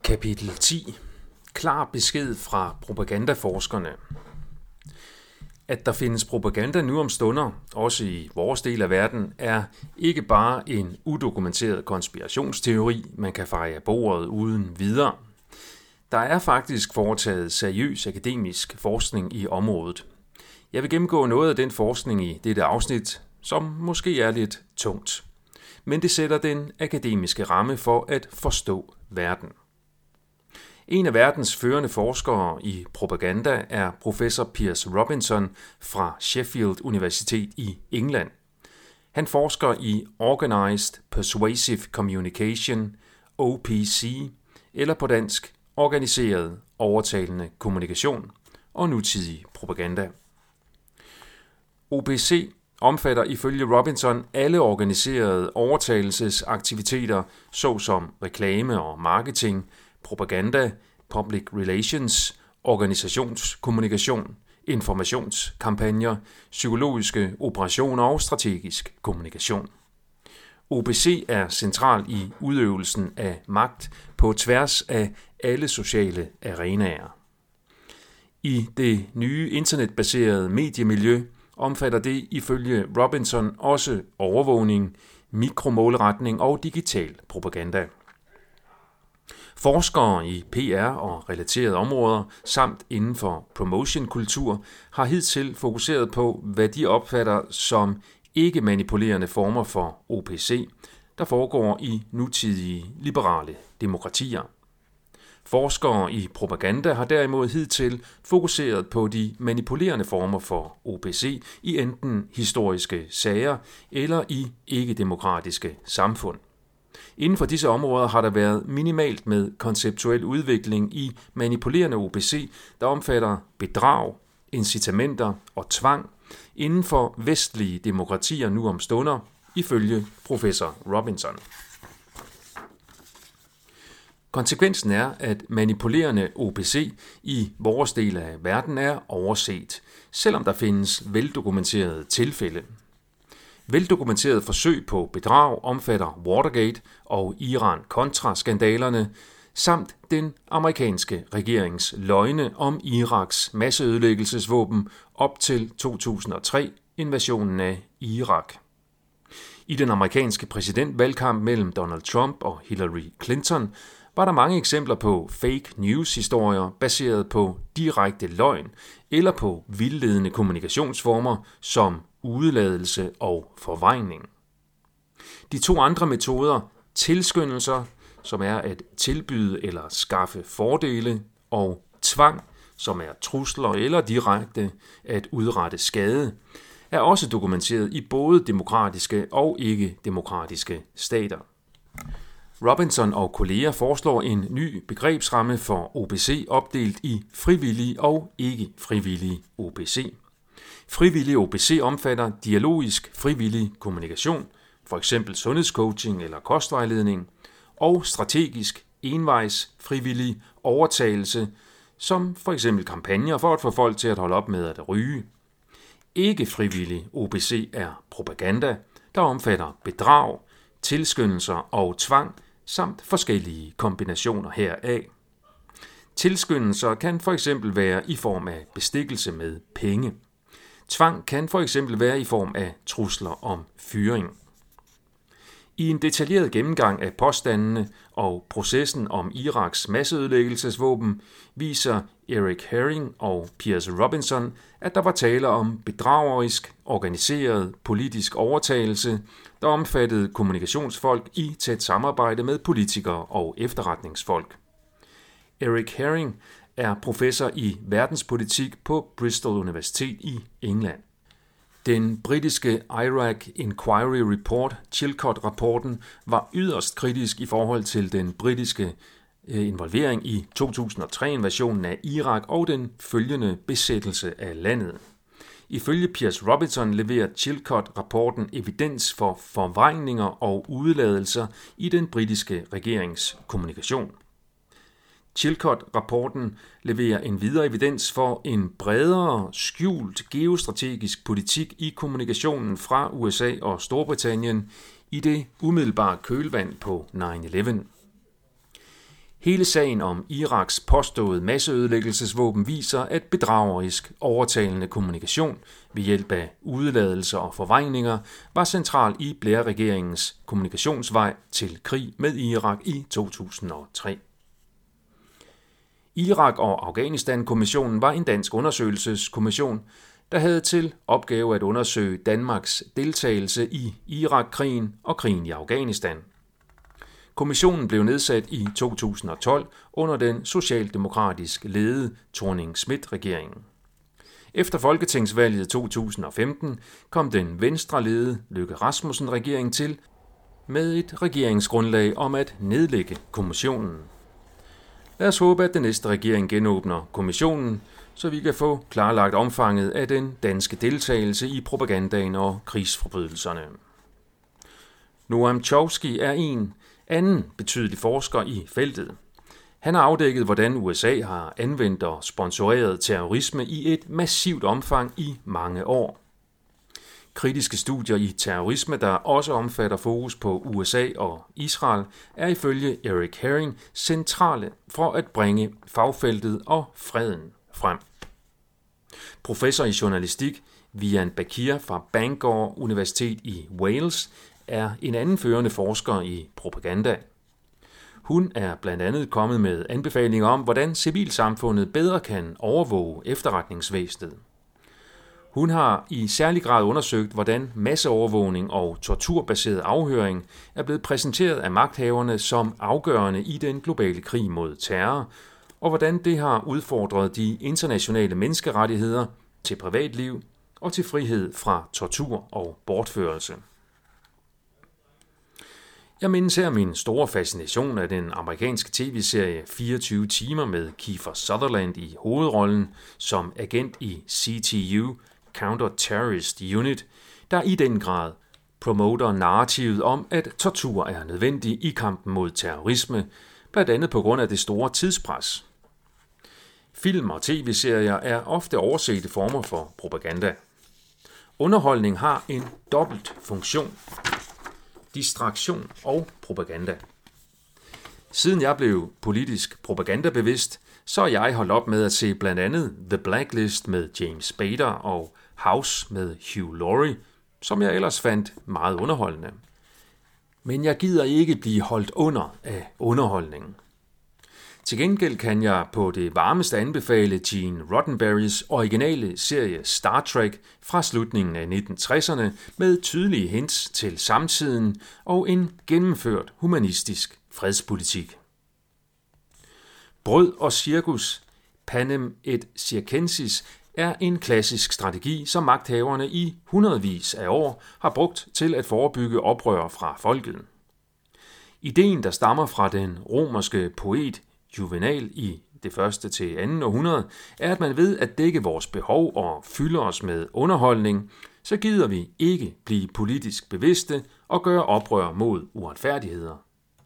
Kapitel 10. Klar besked fra propagandaforskerne. At der findes propaganda nu om stunder, også i vores del af verden, er ikke bare en udokumenteret konspirationsteori, man kan feje af bordet uden videre. Der er faktisk foretaget seriøs akademisk forskning i området. Jeg vil gennemgå noget af den forskning i dette afsnit, som måske er lidt tungt. Men det sætter den akademiske ramme for at forstå verden. En af verdens førende forskere i propaganda er professor Piers Robinson fra Sheffield Universitet i England. Han forsker i Organized Persuasive Communication, OPC, eller på dansk organiseret overtalende kommunikation og nutidig propaganda. OPC omfatter ifølge Robinson alle organiserede overtagelsesaktiviteter, såsom reklame og marketing, propaganda, public relations, organisationskommunikation, informationskampagner, psykologiske operationer og strategisk kommunikation. OPC er central i udøvelsen af magt på tværs af alle sociale arenaer. I det nye internetbaserede mediemiljø omfatter det ifølge Robinson også overvågning, mikromålretning og digital propaganda. Forskere i PR og relaterede områder samt inden for promotionkultur har hidtil fokuseret på, hvad de opfatter som ikke-manipulerende former for OPC, der foregår i nutidige liberale demokratier. Forskere i propaganda har derimod hidtil fokuseret på de manipulerende former for OPC i enten historiske sager eller i ikke-demokratiske samfund. Inden for disse områder har der været minimalt med konceptuel udvikling i manipulerende OPC, der omfatter bedrag, incitamenter og tvang inden for vestlige demokratier nu om stunder, ifølge professor Robinson. Konsekvensen er, at manipulerende OPC i vores del af verden er overset, selvom der findes veldokumenterede tilfælde. Veldokumenterede forsøg på bedrag omfatter Watergate og Iran-Contra-skandalerne, samt den amerikanske regerings løgne om Iraks masseødelæggelsesvåben op til 2003-invasionen af Irak. I den amerikanske præsidentvalgkamp mellem Donald Trump og Hillary Clinton var der mange eksempler på fake news-historier baseret på direkte løgn eller på vildledende kommunikationsformer som udeladelse og forvrængning. De to andre metoder, tilskyndelser, som er at tilbyde eller skaffe fordele, og tvang, som er trusler eller direkte at udrette skade, er også dokumenteret i både demokratiske og ikke-demokratiske stater. Robinson og kolleger foreslår en ny begrebsramme for OPC opdelt i frivillig og ikke-frivillig OPC. Frivillig OPC omfatter dialogisk frivillig kommunikation, f.eks. sundhedscoaching eller kostvejledning, og strategisk envejs frivillig overtagelse, som f.eks. kampagner for at få folk til at holde op med at ryge. Ikke-frivillig OPC er propaganda, der omfatter bedrag, tilskyndelser og tvang, samt forskellige kombinationer heraf. Tilskyndelser kan f.eks. være i form af bestikkelse med penge. Tvang kan f.eks. være i form af trusler om fyring. I en detaljeret gennemgang af påstandene og processen om Iraks masseødelæggelsesvåben viser Eric Herring og Piers Robinson, at der var tale om bedragerisk, organiseret politisk overtagelse, der omfattede kommunikationsfolk i tæt samarbejde med politikere og efterretningsfolk. Eric Herring er professor i verdenspolitik på Bristol Universitet i England. Den britiske Iraq Inquiry Report, Chilcot-rapporten, var yderst kritisk i forhold til den britiske involvering i 2003-invasionen af Irak og den følgende besættelse af landet. Ifølge Piers Robinson leverer Chilcot-rapporten evidens for forvrængninger og udeladelser i den britiske regerings kommunikation. Chilcot-rapporten leverer en videre evidens for en bredere, skjult geostrategisk politik i kommunikationen fra USA og Storbritannien i det umiddelbare kølvand på 9/11. Hele sagen om Iraks påståede masseødelæggelsesvåben viser, at bedragerisk overtalende kommunikation ved hjælp af udeladelser og forvrængninger var central i Blair-regeringens kommunikationsvej til krig med Irak i 2003. Irak- og Afghanistan-kommissionen var en dansk undersøgelseskommission, der havde til opgave at undersøge Danmarks deltagelse i Irak-krigen og krigen i Afghanistan. Kommissionen blev nedsat i 2012 under den socialdemokratisk ledede Thorning-Schmidt-regeringen. Efter folketingsvalget 2015 kom den venstreledede Løkke Rasmussen-regering til med et regeringsgrundlag om at nedlægge kommissionen. Lad os håbe, at den næste regering genåbner kommissionen, så vi kan få klarlagt omfanget af den danske deltagelse i propagandaen og krigsforbrydelserne. Noam Chomsky er en anden betydelig forsker i feltet. Han har afdækket, hvordan USA har anvendt og sponsoreret terrorisme i et massivt omfang i mange år. Kritiske studier i terrorisme, der også omfatter fokus på USA og Israel, er ifølge Eric Herring centrale for at bringe fagfeltet og freden frem. Professor i journalistik Vian Bakir fra Bangor Universitet i Wales er en anden førende forsker i propaganda. Hun er blandt andet kommet med anbefalinger om, hvordan civilsamfundet bedre kan overvåge efterretningsvæsenet. Hun har i særlig grad undersøgt, hvordan masseovervågning og torturbaseret afhøring er blevet præsenteret af magthaverne som afgørende i den globale krig mod terror, og hvordan det har udfordret de internationale menneskerettigheder til privatliv og til frihed fra tortur og bortførelse. Jeg mindes her min store fascination af den amerikanske tv-serie 24 timer med Kiefer Sutherland i hovedrollen som agent i CTU, Counter-Terrorist Unit, der i den grad promoter narrativet om, at tortur er nødvendig i kampen mod terrorisme, blandt andet på grund af det store tidspres. Film og tv-serier er ofte oversete former for propaganda. Underholdning har en dobbelt funktion: distraktion og propaganda. Siden jeg blev politisk propagandabevidst, så er jeg holdt op med at se blandt andet The Blacklist med James Spader og House med Hugh Laurie, som jeg ellers fandt meget underholdende. Men jeg gider ikke blive holdt under af underholdningen. Til gengæld kan jeg på det varmeste anbefale Gene Roddenberrys originale serie Star Trek fra slutningen af 1960'erne med tydelige hints til samtiden og en gennemført humanistisk fredspolitik. Brød og cirkus, panem et circensis, er en klassisk strategi, som magthaverne i hundredvis af år har brugt til at forebygge oprør fra folket. Ideen, der stammer fra den romerske poet Juvenal i det 1. til 2. århundrede, er, at man ved at dække vores behov og fylde os med underholdning, så gider vi ikke blive politisk bevidste og gøre oprør mod uretfærdigheder.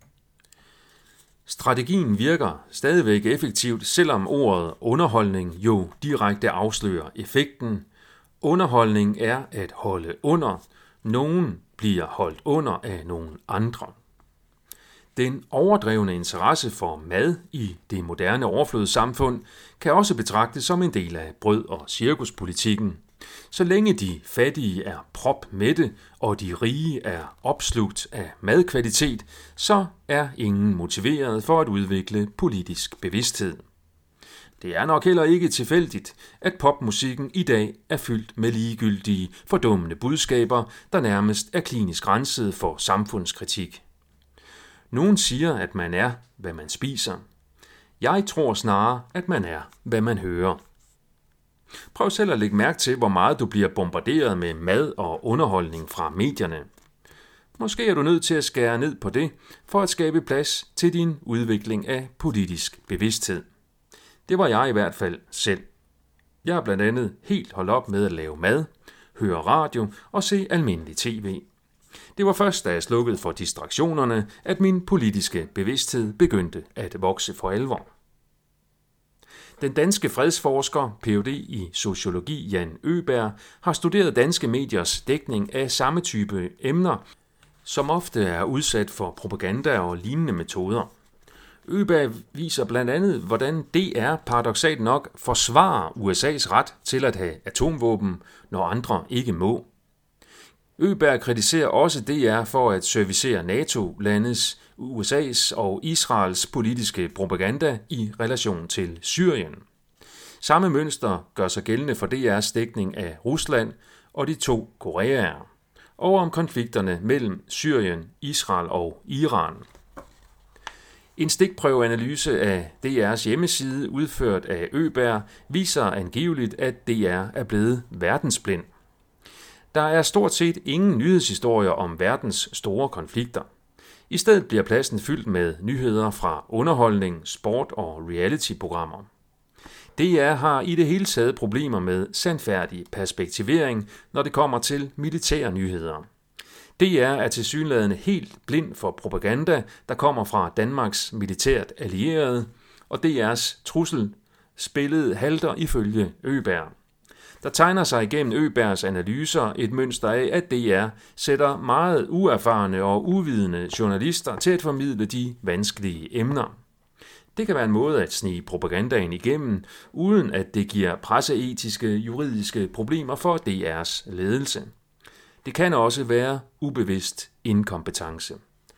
Strategien virker stadigvæk effektivt, selvom ordet underholdning jo direkte afslører effekten. Underholdning er at holde under. Nogen bliver holdt under af nogen andre. Den overdrevne interesse for mad i det moderne overflodssamfund kan også betragtes som en del af brød- og cirkuspolitikken. Så længe de fattige er propmætte og de rige er opslugt af madkvalitet, så er ingen motiveret for at udvikle politisk bevidsthed. Det er nok heller ikke tilfældigt, at popmusikken i dag er fyldt med ligegyldige, fordummende budskaber, der nærmest er klinisk renset for samfundskritik. Nogen siger, at man er, hvad man spiser. Jeg tror snarere, at man er, hvad man hører. Prøv selv at lægge mærke til, hvor meget du bliver bombarderet med mad og underholdning fra medierne. Måske er du nødt til at skære ned på det, for at skabe plads til din udvikling af politisk bevidsthed. Det var jeg i hvert fald selv. Jeg har blandt andet helt holdt op med at lave mad, høre radio og se almindelig tv. Det var først, da jeg slukkede for distraktionerne, at min politiske bevidsthed begyndte at vokse for alvor. Den danske fredsforsker, Ph.D. i sociologi Jan Øberg, har studeret danske mediers dækning af samme type emner, som ofte er udsat for propaganda og lignende metoder. Øberg viser blandt andet, hvordan DR paradoksalt nok forsvarer USA's ret til at have atomvåben, når andre ikke må. Øberg kritiserer også DR for at servicere NATO-landes, USA's og Israels politiske propaganda i relation til Syrien. Samme mønster gør sig gældende for DR's dækning af Rusland og de 2 Koreaer, og om konflikterne mellem Syrien, Israel og Iran. En stikprøveanalyse af DR's hjemmeside, udført af Øberg, viser angiveligt, at DR er blevet verdensblind. Der er stort set ingen nyhedshistorier om verdens store konflikter. I stedet bliver pladsen fyldt med nyheder fra underholdning, sport og reality-programmer. DR har i det hele taget problemer med sandfærdig perspektivering, når det kommer til militære nyheder. DR er tilsyneladende helt blind for propaganda, der kommer fra Danmarks militært allierede, og DR's trusselsbillede halter ifølge Øberg. Der tegner sig igennem Øbergs analyser et mønster af, at DR sætter meget uerfarne og uvidende journalister til at formidle de vanskelige emner. Det kan være en måde at snige propagandaen igennem, uden at det giver presseetiske, juridiske problemer for DR's ledelse. Det kan også være ubevidst inkompetence.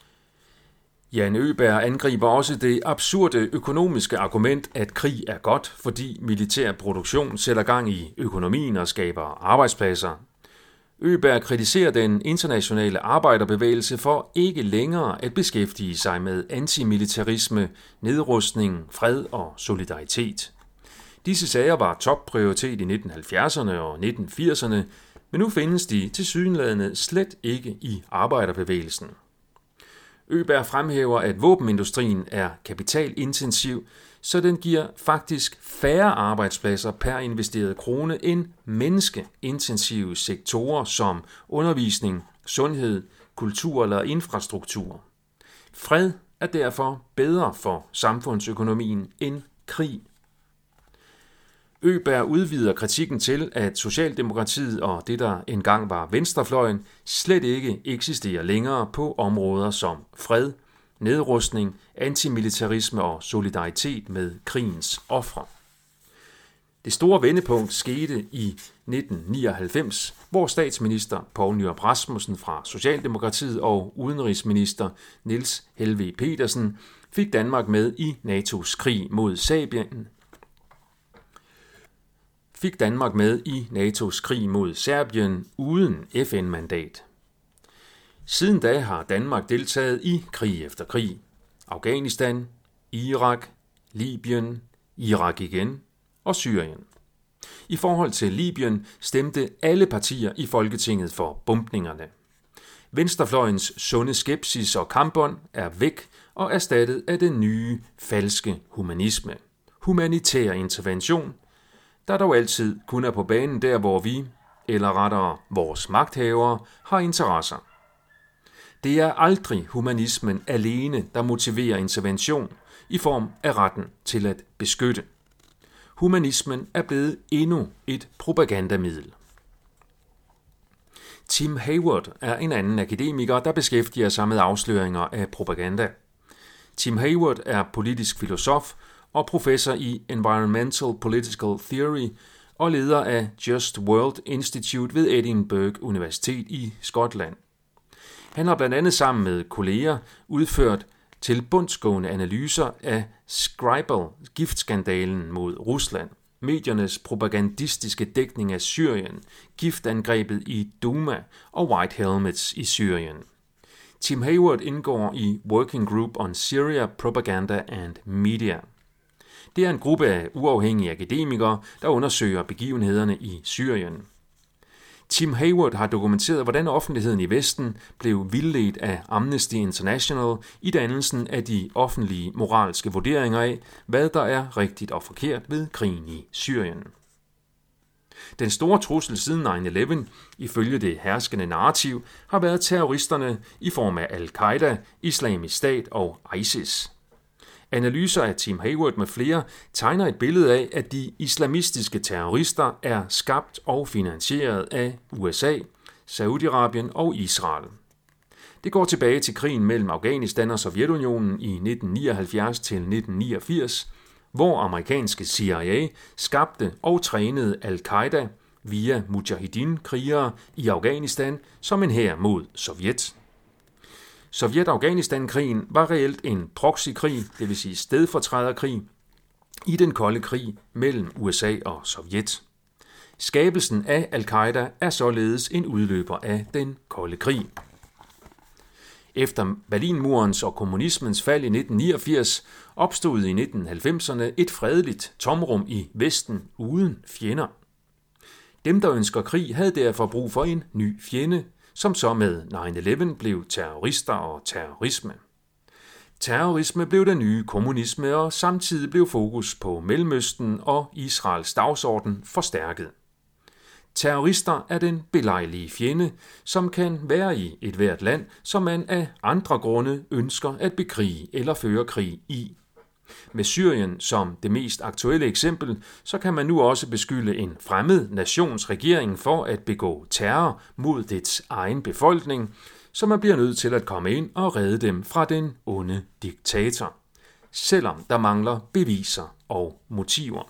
Jan Øberg angriber også det absurde økonomiske argument, at krig er godt, fordi militær produktion sætter gang i økonomien og skaber arbejdspladser. Øberg kritiserer den internationale arbejderbevægelse for ikke længere at beskæftige sig med antimilitarisme, nedrustning, fred og solidaritet. Disse sager var topprioritet i 1970'erne og 1980'erne, men nu findes de tilsyneladende slet ikke i arbejderbevægelsen. Øberg fremhæver, at våbenindustrien er kapitalintensiv, så den giver faktisk færre arbejdspladser per investeret krone end menneskeintensive sektorer som undervisning, sundhed, kultur eller infrastruktur. Fred er derfor bedre for samfundsøkonomien end krig. Øberg udvider kritikken til, at Socialdemokratiet og det, der engang var venstrefløjen, slet ikke eksisterer længere på områder som fred, nedrustning, antimilitarisme og solidaritet med krigens ofre. Det store vendepunkt skete i 1999, hvor statsminister Poul Nyrup Rasmussen fra Socialdemokratiet og udenrigsminister Niels Helveg Petersen fik Danmark med i NATO's krig mod Serbien uden FN-mandat. Siden da har Danmark deltaget i krig efter krig. Afghanistan, Irak, Libyen, Irak igen og Syrien. I forhold til Libyen stemte alle partier i Folketinget for bombningerne. Venstrefløjens sunde skepsis og kampånd er væk og erstattet af den nye, falske humanisme. Humanitær intervention, der dog altid kun er på banen der, hvor vi, eller rettere vores magthavere, har interesser. Det er aldrig humanismen alene, der motiverer intervention i form af retten til at beskytte. Humanismen er blevet endnu et propagandamiddel. Tim Hayward er en anden akademiker, der beskæftiger sig med afsløringer af propaganda. Tim Hayward er politisk filosof og professor i Environmental Political Theory og leder af Just World Institute ved Edinburgh Universitet i Skotland. Han har blandt andet sammen med kolleger udført tilbundsgående analyser af Skripal-giftskandalen mod Rusland, mediernes propagandistiske dækning af Syrien, giftangrebet i Douma og White Helmets i Syrien. Tim Hayward indgår i Working Group on Syria Propaganda and Media. Det er en gruppe af uafhængige akademikere, der undersøger begivenhederne i Syrien. Tim Hayward har dokumenteret, hvordan offentligheden i Vesten blev vildledt af Amnesty International i dannelsen af de offentlige moralske vurderinger af, hvad der er rigtigt og forkert ved krigen i Syrien. Den store trussel siden 9/11, ifølge det herskende narrativ, har været terroristerne i form af Al-Qaida, Islamisk Stat og ISIS. Analyser af Tim Hayward med flere tegner et billede af, at de islamistiske terrorister er skabt og finansieret af USA, Saudi-Arabien og Israel. Det går tilbage til krigen mellem Afghanistan og Sovjetunionen i 1979 til 1989, hvor amerikanske CIA skabte og trænede al-Qaida via mujahideen-krigere i Afghanistan som en hær mod Sovjet. Sovjet-Afghanistan-krigen var reelt en proxykrig, det vil sige stedfortræderkrig, i den kolde krig mellem USA og Sovjet. Skabelsen af al-Qaida er således en udløber af den kolde krig. Efter Berlinmurens og kommunismens fald i 1989 opstod i 1990'erne et fredeligt tomrum i Vesten uden fjender. Dem, der ønsker krig, havde derfor brug for en ny fjende, som så med 9/11 blev terrorister og terrorisme. Terrorisme blev den nye kommunisme, og samtidig blev fokus på Mellemøsten og Israels dagsorden forstærket. Terrorister er den belejlige fjende, som kan være i et hvert land, som man af andre grunde ønsker at bekrige eller føre krig i. Med Syrien som det mest aktuelle eksempel, så kan man nu også beskylde en fremmed nations regering for at begå terror mod dets egen befolkning, så man bliver nødt til at komme ind og redde dem fra den onde diktator, selvom der mangler beviser og motiver.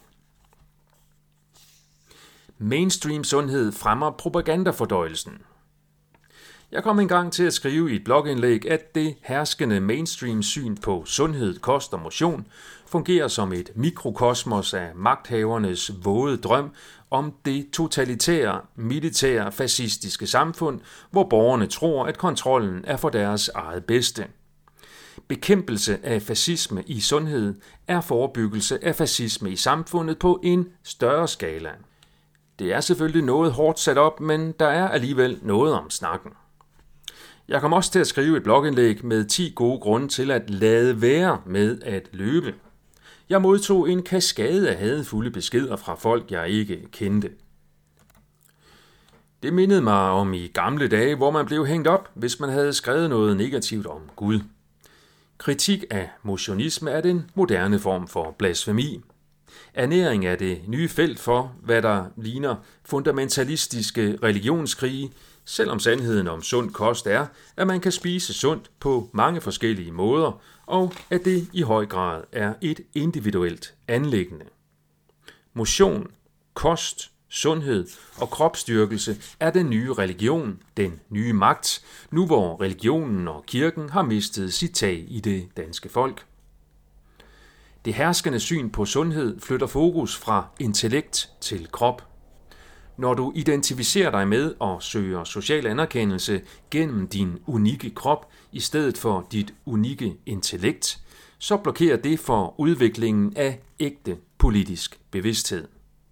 Mainstream sundhed fremmer propagandafordøjelsen. Jeg kom engang til at skrive i et blogindlæg, at det herskende mainstream syn på sundhed, kost og motion fungerer som et mikrokosmos af magthavernes våde drøm om det totalitære, militære, fascistiske samfund, hvor borgerne tror, at kontrollen er for deres eget bedste. Bekæmpelse af fascisme i sundhed er forebyggelse af fascisme i samfundet på en større skala. Det er selvfølgelig noget hårdt sat op, men der er alligevel noget om snakken. Jeg kom også til at skrive et blogindlæg med 10 gode grunde til at lade være med at løbe. Jeg modtog en kaskade af hadefulde beskeder fra folk, jeg ikke kendte. Det mindede mig om i gamle dage, hvor man blev hængt op, hvis man havde skrevet noget negativt om Gud. Kritik af motionisme er den moderne form for blasfemi. Ernæring er det nye felt for, hvad der ligner fundamentalistiske religionskrige, selvom sandheden om sund kost er, at man kan spise sundt på mange forskellige måder, og at det i høj grad er et individuelt anliggende. Motion, kost, sundhed og kropsstyrkelse er den nye religion, den nye magt, nu hvor religionen og kirken har mistet sit tag i det danske folk. Det herskende syn på sundhed flytter fokus fra intellekt til krop. Når du identificerer dig med og søger social anerkendelse gennem din unikke krop i stedet for dit unikke intellekt, så blokerer det for udviklingen af ægte politisk bevidsthed.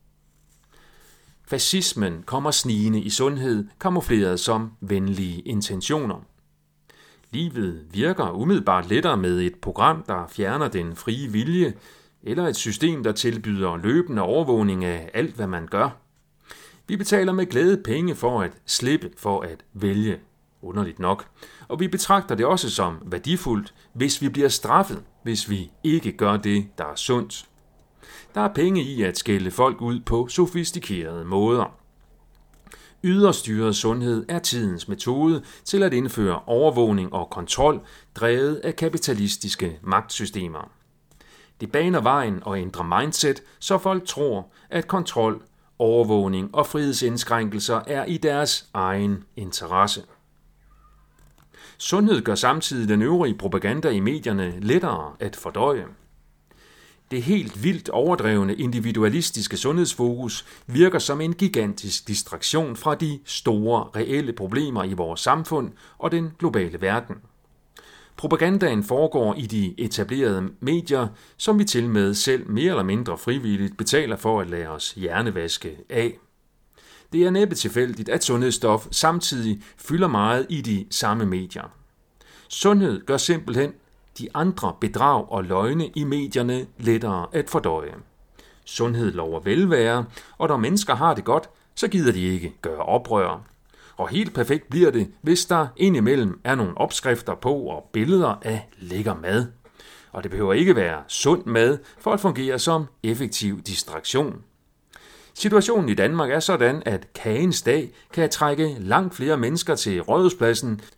Fascismen kommer snigende i sundhed, kamufleret som venlige intentioner. Livet virker umiddelbart lettere med et program, der fjerner den frie vilje, eller et system, der tilbyder løbende overvågning af alt, hvad man gør. Vi betaler med glæde penge for at slippe for at vælge, underligt nok. Og vi betragter det også som værdifuldt, hvis vi bliver straffet, hvis vi ikke gør det, der er sundt. Der er penge i at skælde folk ud på sofistikerede måder. Yderstyret sundhed er tidens metode til at indføre overvågning og kontrol, drevet af kapitalistiske magtsystemer. Det baner vejen og ændrer mindset, så folk tror, at kontrol, overvågning og frihedsindskrænkelser er i deres egen interesse. Sundhed gør samtidig den øvrige propaganda i medierne lettere at fordøje. Det helt vildt overdrevne individualistiske sundhedsfokus virker som en gigantisk distraktion fra de store, reelle problemer i vores samfund og den globale verden. Propagandaen foregår i de etablerede medier, som vi til med selv mere eller mindre frivilligt betaler for at lade os hjernevaske af. Det er næppe tilfældigt, at sundhedsstof samtidig fylder meget i de samme medier. Sundhed gør simpelthen de andre bedrag og løgne i medierne lettere at fordøje. Sundhed lover velvære, og når mennesker har det godt, så gider de ikke gøre oprør. Og helt perfekt bliver det, hvis der indimellem er nogle opskrifter på og billeder af lækker mad. Og det behøver ikke være sund mad for at fungere som effektiv distraktion. Situationen i Danmark er sådan, at kagens dag kan trække langt flere mennesker til Rådhuspladsen,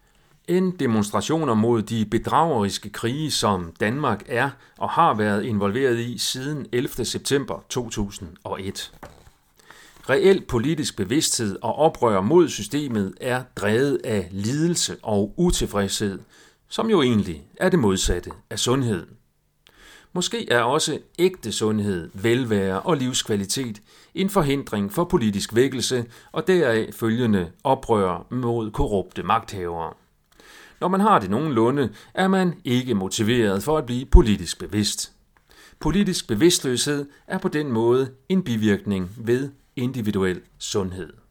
end demonstrationer mod de bedrageriske krige, som Danmark er og har været involveret i siden 11. september 2001. Reel politisk bevidsthed og oprør mod systemet er drevet af lidelse og utilfredshed, som jo egentlig er det modsatte af sundhed. Måske er også ægte sundhed, velvære og livskvalitet en forhindring for politisk vækkelse og deraf følgende oprør mod korrupte magthavere. Når man har det nogenlunde, er man ikke motiveret for at blive politisk bevidst. Politisk bevidstløshed er på den måde en bivirkning ved individuel sundhed.